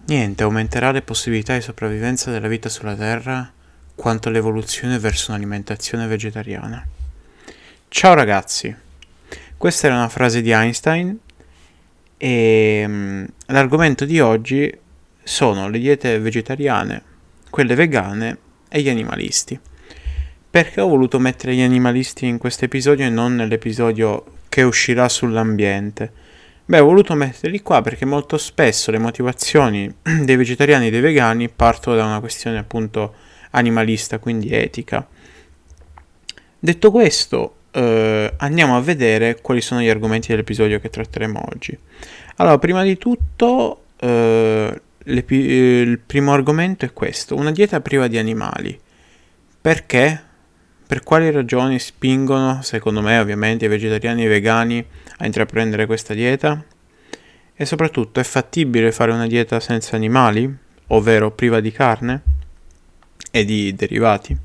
Niente aumenterà le possibilità di sopravvivenza della vita sulla Terra quanto l'evoluzione verso un'alimentazione vegetariana. Ciao ragazzi, questa era una frase di Einstein e l'argomento di oggi sono le diete vegetariane, quelle vegane e gli animalisti. Perché ho voluto mettere gli animalisti in questo episodio e non nell'episodio che uscirà sull'ambiente? Beh, ho voluto metterli qua perché molto spesso le motivazioni dei vegetariani e dei vegani partono da una questione appunto animalista, quindi etica. Detto questo, andiamo a vedere quali sono gli argomenti dell'episodio che tratteremo oggi. Allora, prima di tutto, il primo argomento è questo: una dieta priva di animali. Perché? Per quali ragioni spingono, secondo me ovviamente, i vegetariani e i vegani a intraprendere questa dieta? E soprattutto, è fattibile fare una dieta senza animali, ovvero priva di carne e di derivati?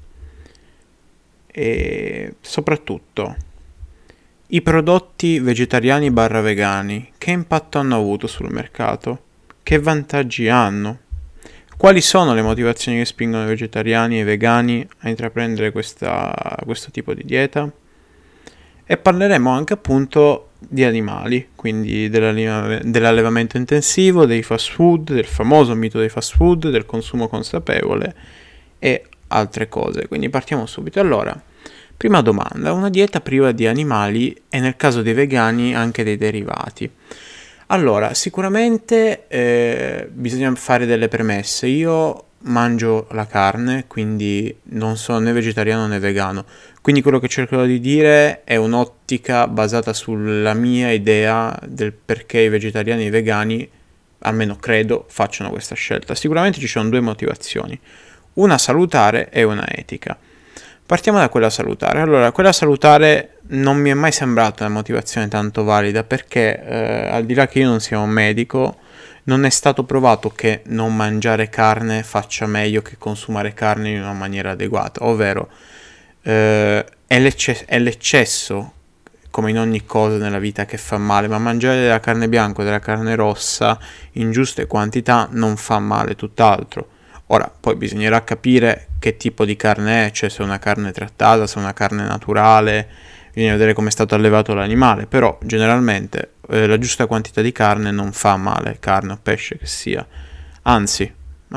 E soprattutto, i prodotti vegetariani barra vegani, che impatto hanno avuto sul mercato? Che vantaggi hanno? Quali sono le motivazioni che spingono i vegetariani e i vegani a intraprendere questo tipo di dieta? E parleremo anche appunto di animali, quindi dell'allevamento intensivo, dei fast food, del famoso mito dei fast food, del consumo consapevole e altre cose. Quindi partiamo subito. Allora, prima domanda: una dieta priva di animali e nel caso dei vegani anche dei derivati. Allora, sicuramente bisogna fare delle premesse. Io mangio la carne, quindi non sono né vegetariano né vegano. Quindi quello che cercherò di dire è un'ottica basata sulla mia idea del perché i vegetariani e i vegani, almeno credo, facciano questa scelta. Sicuramente ci sono due motivazioni, una salutare e una etica. Partiamo da quella salutare. Allora, quella salutare non mi è mai sembrata una motivazione tanto valida perché, al di là che io non sia un medico, non è stato provato che non mangiare carne faccia meglio che consumare carne in una maniera adeguata, ovvero è l'eccesso, come in ogni cosa nella vita, che fa male, ma mangiare della carne bianca o della carne rossa in giuste quantità non fa male, tutt'altro. Ora, poi bisognerà capire che tipo di carne è, cioè se è una carne trattata, se è una carne naturale, bisogna vedere come è stato allevato l'animale, però generalmente la giusta quantità di carne non fa male, carne o pesce che sia, anzi,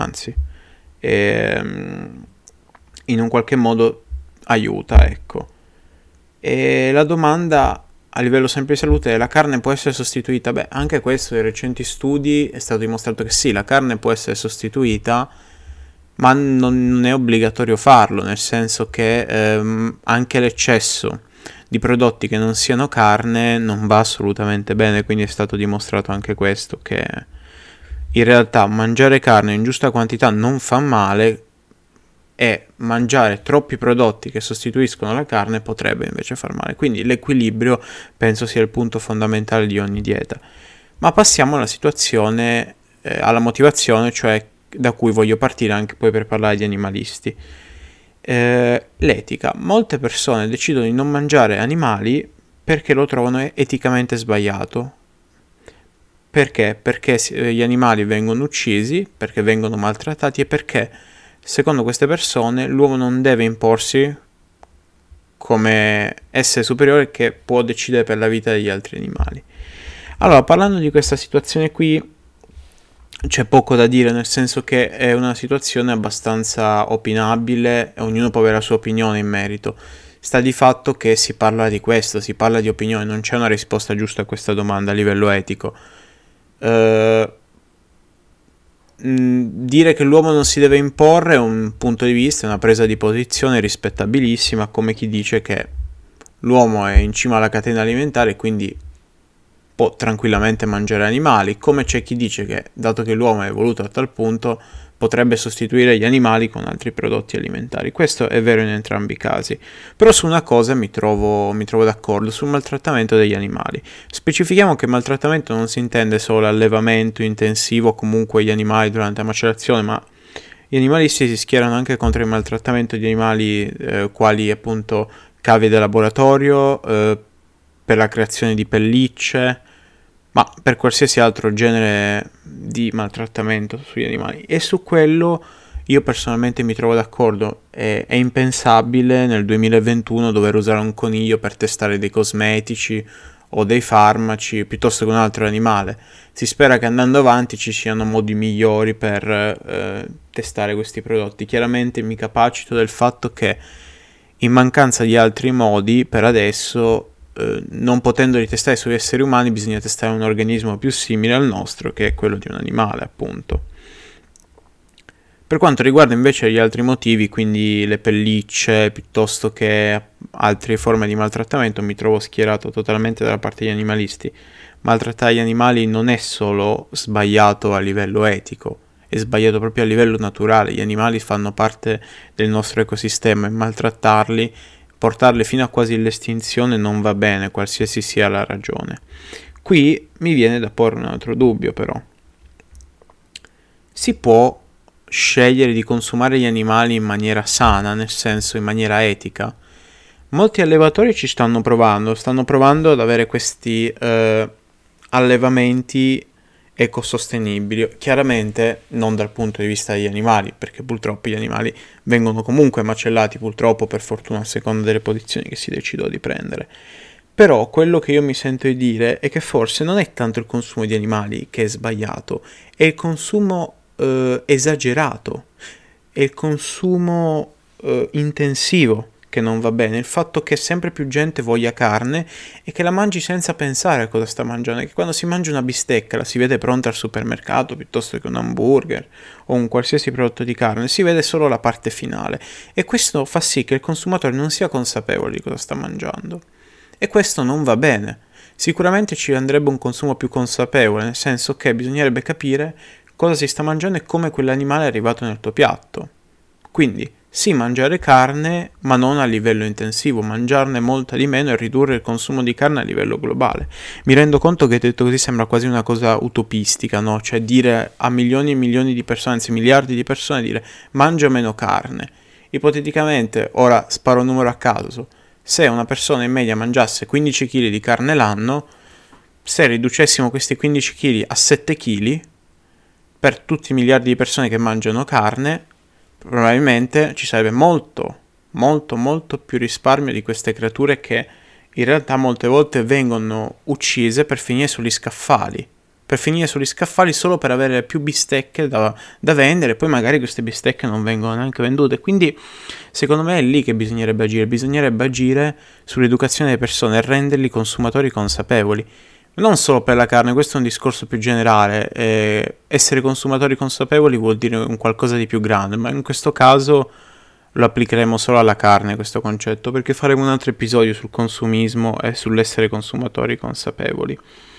in un qualche modo aiuta, ecco. E la domanda a livello sempre di salute è: la carne può essere sostituita? Beh, anche questo, in recenti studi è stato dimostrato che sì, la carne può essere sostituita, ma non è obbligatorio farlo, nel senso che anche l'eccesso di prodotti che non siano carne non va assolutamente bene, quindi è stato dimostrato anche questo, che in realtà mangiare carne in giusta quantità non fa male e mangiare troppi prodotti che sostituiscono la carne potrebbe invece far male. Quindi l'equilibrio penso sia il punto fondamentale di ogni dieta. Ma passiamo alla situazione, alla motivazione, cioè da cui voglio partire anche poi per parlare di animalisti. L'etica. Molte persone decidono di non mangiare animali perché lo trovano eticamente sbagliato. Perché? Perché gli animali vengono uccisi, perché vengono maltrattati e perché, secondo queste persone, l'uomo non deve imporsi come essere superiore che può decidere per la vita degli altri animali. Allora, parlando di questa situazione qui, c'è poco da dire, nel senso che è una situazione abbastanza opinabile e ognuno può avere la sua opinione in merito. Sta di fatto che si parla di questo, si parla di opinione, non c'è una risposta giusta a questa domanda a livello etico. Dire che l'uomo non si deve imporre è un punto di vista, è una presa di posizione rispettabilissima, come chi dice che l'uomo è in cima alla catena alimentare e quindi può tranquillamente mangiare animali, come c'è chi dice che, dato che l'uomo è evoluto a tal punto, potrebbe sostituire gli animali con altri prodotti alimentari. Questo è vero in entrambi i casi, però su una cosa mi trovo d'accordo: sul maltrattamento degli animali. Specifichiamo che maltrattamento non si intende solo allevamento intensivo o comunque gli animali durante la macellazione, ma gli animalisti si schierano anche contro il maltrattamento di animali quali appunto cavie da laboratorio, per la creazione di pellicce, ma per qualsiasi altro genere di maltrattamento sugli animali. E su quello io personalmente mi trovo d'accordo. È impensabile nel 2021 dover usare un coniglio per testare dei cosmetici o dei farmaci piuttosto che un altro animale. Si spera che andando avanti ci siano modi migliori per testare questi prodotti. Chiaramente mi capacito del fatto che in mancanza di altri modi, per adesso, non potendoli testare sugli esseri umani, bisogna testare un organismo più simile al nostro, che è quello di un animale, appunto. Per quanto riguarda invece gli altri motivi, quindi le pellicce, piuttosto che altre forme di maltrattamento, mi trovo schierato totalmente dalla parte degli animalisti. Maltrattare gli animali non è solo sbagliato a livello etico, è sbagliato proprio a livello naturale. Gli animali fanno parte del nostro ecosistema e maltrattarli, portarli fino a quasi all'estinzione non va bene, qualsiasi sia la ragione. Qui mi viene da porre un altro dubbio, però. Si può scegliere di consumare gli animali in maniera sana, nel senso in maniera etica? Molti allevatori ci stanno provando ad avere questi allevamenti ecosostenibili, chiaramente non dal punto di vista degli animali, perché purtroppo gli animali vengono comunque macellati, purtroppo, per fortuna, a seconda delle posizioni che si decidono di prendere. Però quello che io mi sento di dire è che forse non è tanto il consumo di animali che è sbagliato, è il consumo esagerato, è il consumo intensivo che non va bene, il fatto che sempre più gente voglia carne e che la mangi senza pensare a cosa sta mangiando, e che quando si mangia una bistecca la si vede pronta al supermercato piuttosto che un hamburger o un qualsiasi prodotto di carne, si vede solo la parte finale, e questo fa sì che il consumatore non sia consapevole di cosa sta mangiando, e questo non va bene. Sicuramente ci andrebbe un consumo più consapevole, nel senso che bisognerebbe capire cosa si sta mangiando e come quell'animale è arrivato nel tuo piatto. Quindi sì, mangiare carne, ma non a livello intensivo, mangiarne molta di meno e ridurre il consumo di carne a livello globale. Mi rendo conto che detto così sembra quasi una cosa utopistica, no? Cioè dire a milioni e milioni di persone, anzi miliardi di persone, dire mangia meno carne. Ipoteticamente, ora sparo un numero a caso, se una persona in media mangiasse 15 kg di carne l'anno, se riducessimo questi 15 kg a 7 kg, per tutti i miliardi di persone che mangiano carne, probabilmente ci sarebbe molto più risparmio di queste creature che in realtà molte volte vengono uccise per finire sugli scaffali. Solo per avere più bistecche da vendere, poi magari queste bistecche non vengono neanche vendute. Quindi secondo me è lì che bisognerebbe agire sull'educazione delle persone e renderli consumatori consapevoli. Non solo per la carne, questo è un discorso più generale. Essere consumatori consapevoli vuol dire un qualcosa di più grande, ma in questo caso lo applicheremo solo alla carne, questo concetto, perché faremo un altro episodio sul consumismo e sull'essere consumatori consapevoli.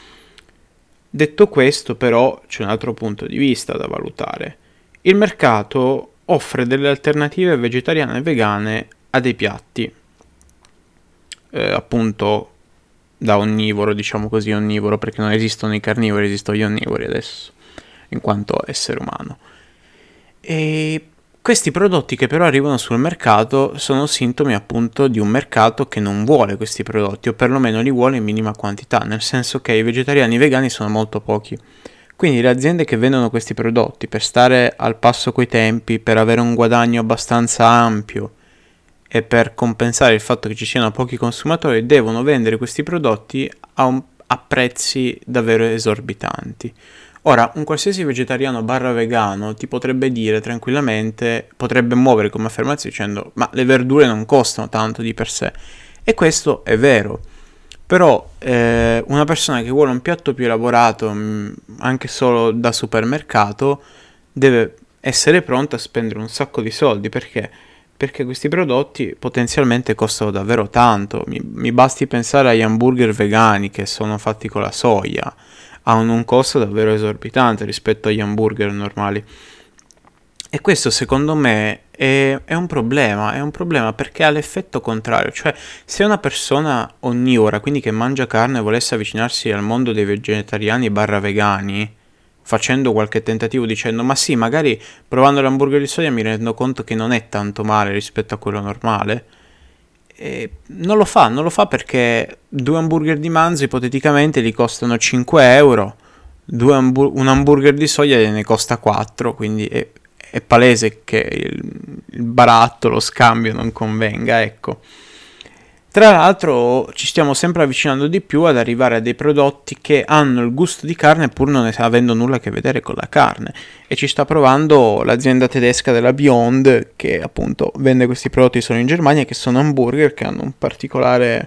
Detto questo, però, c'è un altro punto di vista da valutare. Il mercato offre delle alternative vegetariane e vegane a dei piatti, appunto, da onnivoro, diciamo così, onnivoro, perché non esistono i carnivori, esistono gli onnivori adesso, in quanto essere umano. E questi prodotti che però arrivano sul mercato sono sintomi appunto di un mercato che non vuole questi prodotti, o perlomeno li vuole in minima quantità, nel senso che i vegetariani e i vegani sono molto pochi. Quindi le aziende che vendono questi prodotti per stare al passo coi tempi, per avere un guadagno abbastanza ampio e per compensare il fatto che ci siano pochi consumatori, devono vendere questi prodotti a prezzi davvero esorbitanti. Ora, un qualsiasi vegetariano barra vegano ti potrebbe dire tranquillamente, potrebbe muovere come affermazione dicendo ma le verdure non costano tanto di per sé. E questo è vero. Però una persona che vuole un piatto più elaborato, anche solo da supermercato, deve essere pronta a spendere un sacco di soldi. Perché questi prodotti potenzialmente costano davvero tanto. Mi basti pensare agli hamburger vegani che sono fatti con la soia, hanno un costo davvero esorbitante rispetto agli hamburger normali. E questo secondo me è un problema perché ha l'effetto contrario, cioè se una persona onnivora, quindi che mangia carne, volesse avvicinarsi al mondo dei vegetariani barra vegani, facendo qualche tentativo dicendo ma sì, magari provando l'hamburger di soia mi rendo conto che non è tanto male rispetto a quello normale, non lo fa perché 2 hamburger di manzo ipoteticamente gli costano 5 euro, un hamburger di soia ne costa 4, quindi è palese che il baratto, lo scambio non convenga, ecco. Tra l'altro ci stiamo sempre avvicinando di più ad arrivare a dei prodotti che hanno il gusto di carne pur non avendo nulla a che vedere con la carne, e ci sta provando l'azienda tedesca della Beyond, che appunto vende questi prodotti solo in Germania, che sono hamburger che hanno un particolare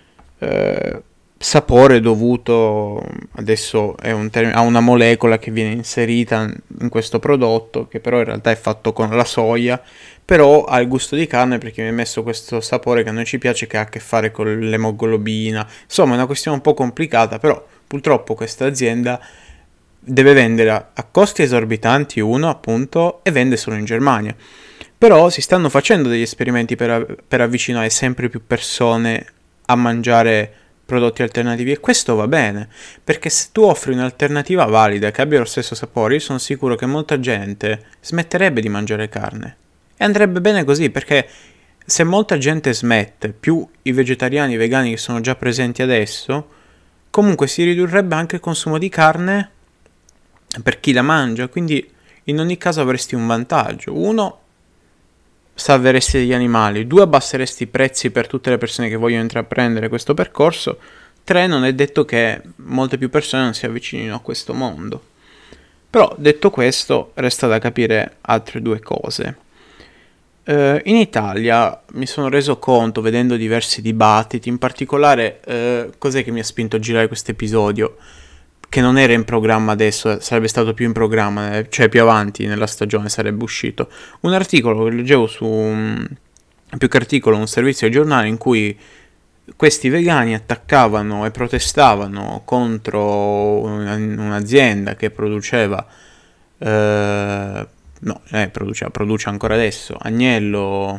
sapore dovuto, adesso è un a una molecola che viene inserita in questo prodotto, che però in realtà è fatto con la soia, però ha il gusto di carne perché mi ha messo questo sapore che a noi ci piace, che ha a che fare con l'emoglobina. Insomma, è una questione un po' complicata, però purtroppo questa azienda deve vendere a costi esorbitanti, uno appunto, e vende solo in Germania. Però si stanno facendo degli esperimenti per avvicinare sempre più persone a mangiare prodotti alternativi, e questo va bene, perché se tu offri un'alternativa valida che abbia lo stesso sapore, io sono sicuro che molta gente smetterebbe di mangiare carne. E andrebbe bene così, perché se molta gente smette, più i vegetariani e i vegani che sono già presenti adesso, comunque si ridurrebbe anche il consumo di carne per chi la mangia, quindi in ogni caso avresti un vantaggio. Uno, salveresti degli animali. Due, abbasseresti i prezzi per tutte le persone che vogliono intraprendere questo percorso. Tre, non è detto che molte più persone non si avvicinino a questo mondo. Però, detto questo, resta da capire altre due cose. In Italia mi sono reso conto, vedendo diversi dibattiti, in particolare, cos'è che mi ha spinto a girare questo episodio, che non era in programma adesso, sarebbe stato più in programma, cioè più avanti nella stagione sarebbe uscito. Un articolo che leggevo più che articolo, un servizio di giornale in cui questi vegani attaccavano e protestavano contro un'azienda che produceva, produce ancora adesso, agnello,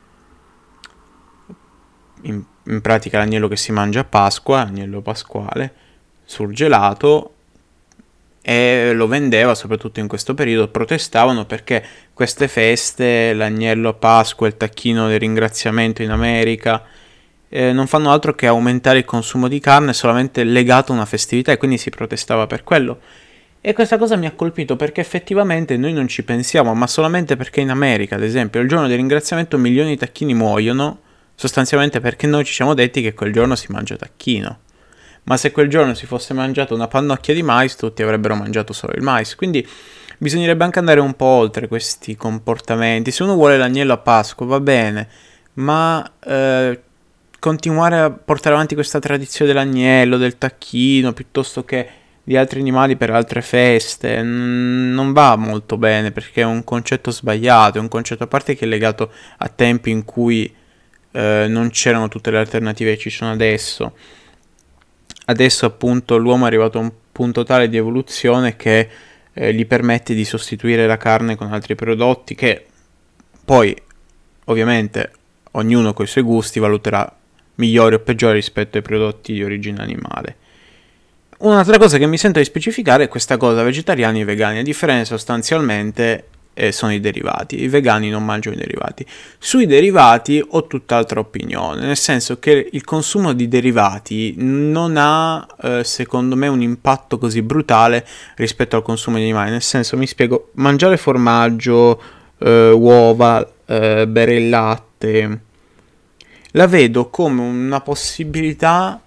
in pratica l'agnello che si mangia a Pasqua, agnello pasquale, surgelato, e lo vendeva soprattutto in questo periodo. Protestavano perché queste feste, l'agnello a Pasqua, il tacchino del ringraziamento in America, non fanno altro che aumentare il consumo di carne solamente legato a una festività, e quindi si protestava per quello. E questa cosa mi ha colpito perché effettivamente noi non ci pensiamo, ma solamente perché in America, ad esempio, il giorno del ringraziamento milioni di tacchini muoiono, sostanzialmente perché noi ci siamo detti che quel giorno si mangia tacchino. Ma se quel giorno si fosse mangiato una pannocchia di mais, tutti avrebbero mangiato solo il mais. Quindi bisognerebbe anche andare un po' oltre questi comportamenti. Se uno vuole l'agnello a Pasqua va bene, ma continuare a portare avanti questa tradizione dell'agnello, del tacchino, piuttosto che di altri animali per altre feste, non va molto bene, perché è un concetto sbagliato, è un concetto a parte che è legato a tempi in cui non c'erano tutte le alternative che ci sono adesso. Adesso appunto l'uomo è arrivato a un punto tale di evoluzione che gli permette di sostituire la carne con altri prodotti, che poi ovviamente ognuno con i suoi gusti valuterà migliori o peggiori rispetto ai prodotti di origine animale. Un'altra cosa che mi sento di specificare è questa cosa, vegetariani e vegani. La differenza sostanzialmente sono i derivati. I vegani non mangiano i derivati. Sui derivati ho tutt'altra opinione, nel senso che il consumo di derivati non ha, secondo me, un impatto così brutale rispetto al consumo di animali. Nel senso, mi spiego, mangiare formaggio, uova, bere il latte, la vedo come una possibilità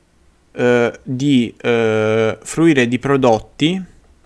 di fruire di prodotti,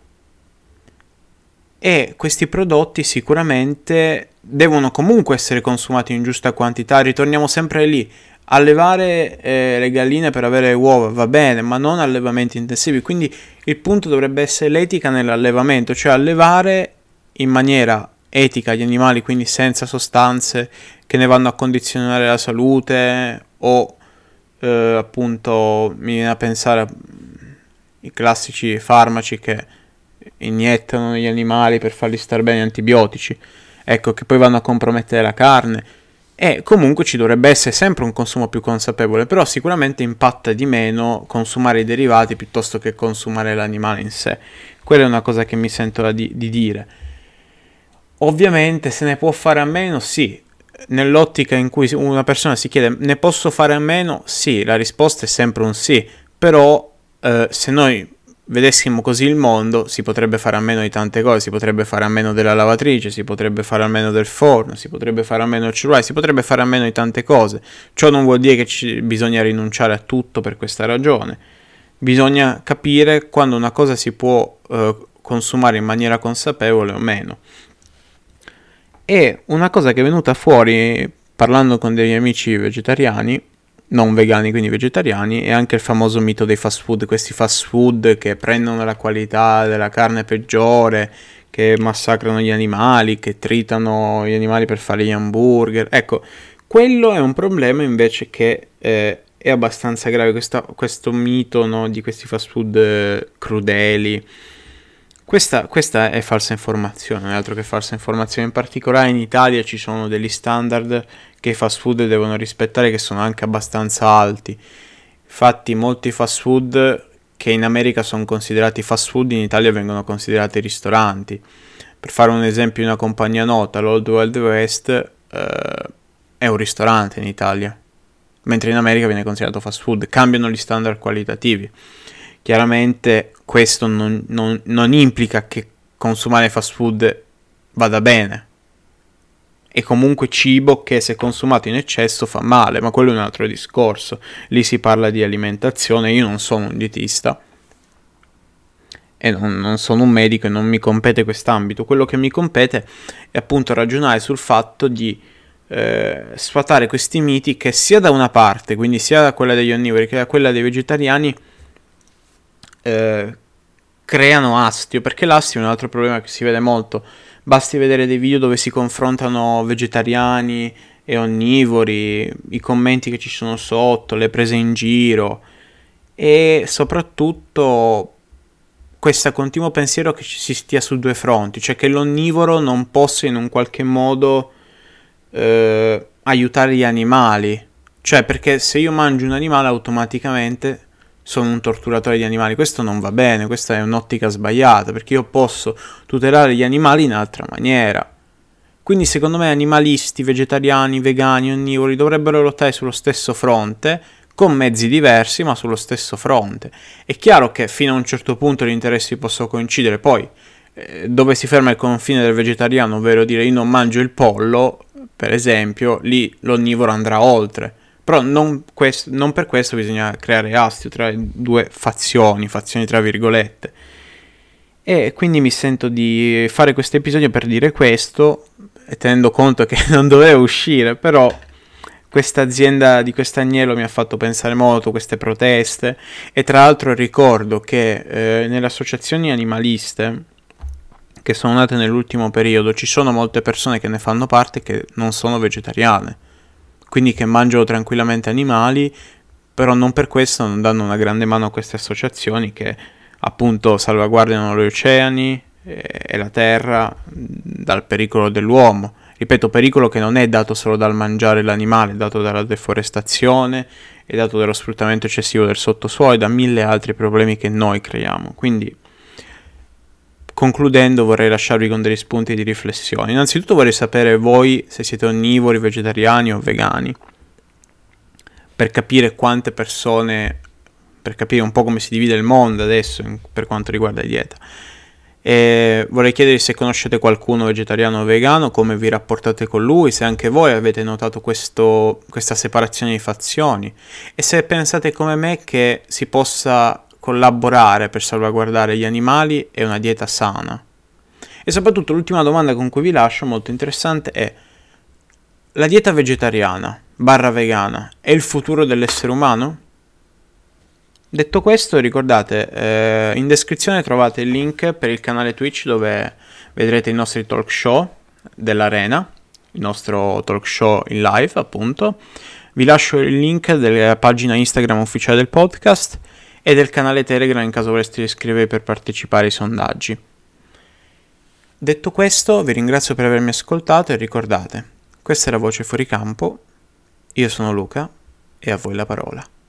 e questi prodotti sicuramente devono comunque essere consumati in giusta quantità. Ritorniamo sempre lì: allevare le galline per avere uova va bene, ma non allevamenti intensivi. Quindi il punto dovrebbe essere l'etica nell'allevamento, cioè allevare in maniera etica gli animali, quindi senza sostanze che ne vanno a condizionare la salute, o appunto mi viene a pensare ai classici farmaci che iniettano gli animali per farli star bene, antibiotici, ecco, che poi vanno a compromettere la carne. E comunque ci dovrebbe essere sempre un consumo più consapevole, però sicuramente impatta di meno consumare i derivati piuttosto che consumare l'animale in sé. Quella è una cosa che mi sento di dire. Ovviamente se ne può fare a meno, sì. nell'ottica in cui una persona si chiede ne posso fare a meno? Sì, la risposta è sempre un sì, però se noi vedessimo così il mondo si potrebbe fare a meno di tante cose, si potrebbe fare a meno della lavatrice, si potrebbe fare a meno del forno, si potrebbe fare a meno del cellulare, si potrebbe fare a meno di tante cose. Ciò non vuol dire che bisogna rinunciare a tutto per questa ragione, bisogna capire quando una cosa si può consumare in maniera consapevole o meno. E una cosa che è venuta fuori parlando con degli amici vegetariani, non vegani quindi vegetariani, è anche il famoso mito dei fast food, questi fast food che prendono la qualità della carne peggiore, che massacrano gli animali, che tritano gli animali per fare gli hamburger. Ecco, quello è un problema invece che è abbastanza grave, questo mito, no, di questi fast food crudeli. Questa è falsa informazione, non è altro che falsa informazione. In particolare in Italia ci sono degli standard che i fast food devono rispettare, che sono anche abbastanza alti. Infatti molti fast food che in America sono considerati fast food in Italia vengono considerati ristoranti. Per fare un esempio, una compagnia nota, l'Old Wild West, è un ristorante in Italia, mentre in America viene considerato fast food. Cambiano gli standard qualitativi. Chiaramente questo non implica che consumare fast food vada bene. È comunque cibo che se consumato in eccesso fa male, ma quello è un altro discorso. Lì si parla di alimentazione, io non sono un dietista e non sono un medico e non mi compete quest'ambito. Quello che mi compete è appunto ragionare sul fatto di sfatare questi miti che sia da una parte, quindi sia da quella degli onnivori che da quella dei vegetariani, creano astio, perché l'astio è un altro problema che si vede molto. Basti vedere dei video dove si confrontano vegetariani e onnivori, i commenti che ci sono sotto, le prese in giro e soprattutto questo continuo pensiero che ci si stia su due fronti, cioè che l'onnivoro non possa in un qualche modo aiutare gli animali, cioè perché se io mangio un animale automaticamente sono un torturatore di animali. Questo non va bene, questa è un'ottica sbagliata, perché io posso tutelare gli animali in altra maniera. Quindi secondo me animalisti, vegetariani, vegani, onnivori dovrebbero lottare sullo stesso fronte, con mezzi diversi ma sullo stesso fronte. È chiaro che fino a un certo punto gli interessi possono coincidere, poi dove si ferma il confine del vegetariano, ovvero dire io non mangio il pollo, per esempio, lì l'onnivoro andrà oltre. Però non per questo bisogna creare astio tra due fazioni tra virgolette. E quindi mi sento di fare questo episodio per dire questo, e tenendo conto che non doveva uscire, però questa azienda di quest'agnello mi ha fatto pensare molto, queste proteste, e tra l'altro ricordo che nelle associazioni animaliste che sono nate nell'ultimo periodo ci sono molte persone che ne fanno parte che non sono vegetariane, quindi che mangiano tranquillamente animali, però non per questo non danno una grande mano a queste associazioni che appunto salvaguardano gli oceani e la terra dal pericolo dell'uomo. Ripeto, pericolo che non è dato solo dal mangiare l'animale, è dato dalla deforestazione, è dato dallo sfruttamento eccessivo del sottosuolo e da mille altri problemi che noi creiamo. Quindi, concludendo, vorrei lasciarvi con degli spunti di riflessione. Innanzitutto vorrei sapere voi se siete onnivori, vegetariani o vegani, per capire quante persone, per capire un po' come si divide il mondo adesso per quanto riguarda la dieta. E vorrei chiedervi se conoscete qualcuno vegetariano o vegano, come vi rapportate con lui, se anche voi avete notato questa separazione di fazioni e se pensate come me che si possa collaborare per salvaguardare gli animali e una dieta sana. E soprattutto l'ultima domanda con cui vi lascio, molto interessante, è: la dieta vegetariana / vegana è il futuro dell'essere umano? Detto questo, ricordate, in descrizione trovate il link per il canale Twitch dove vedrete i nostri talk show dell'Arena, il nostro talk show in live appunto. Vi lascio il link della pagina Instagram ufficiale del podcast e del canale Telegram in caso vorreste iscrivervi per partecipare ai sondaggi. Detto questo, vi ringrazio per avermi ascoltato e ricordate, questa è la Voce Fuori Campo, io sono Luca e a voi la parola.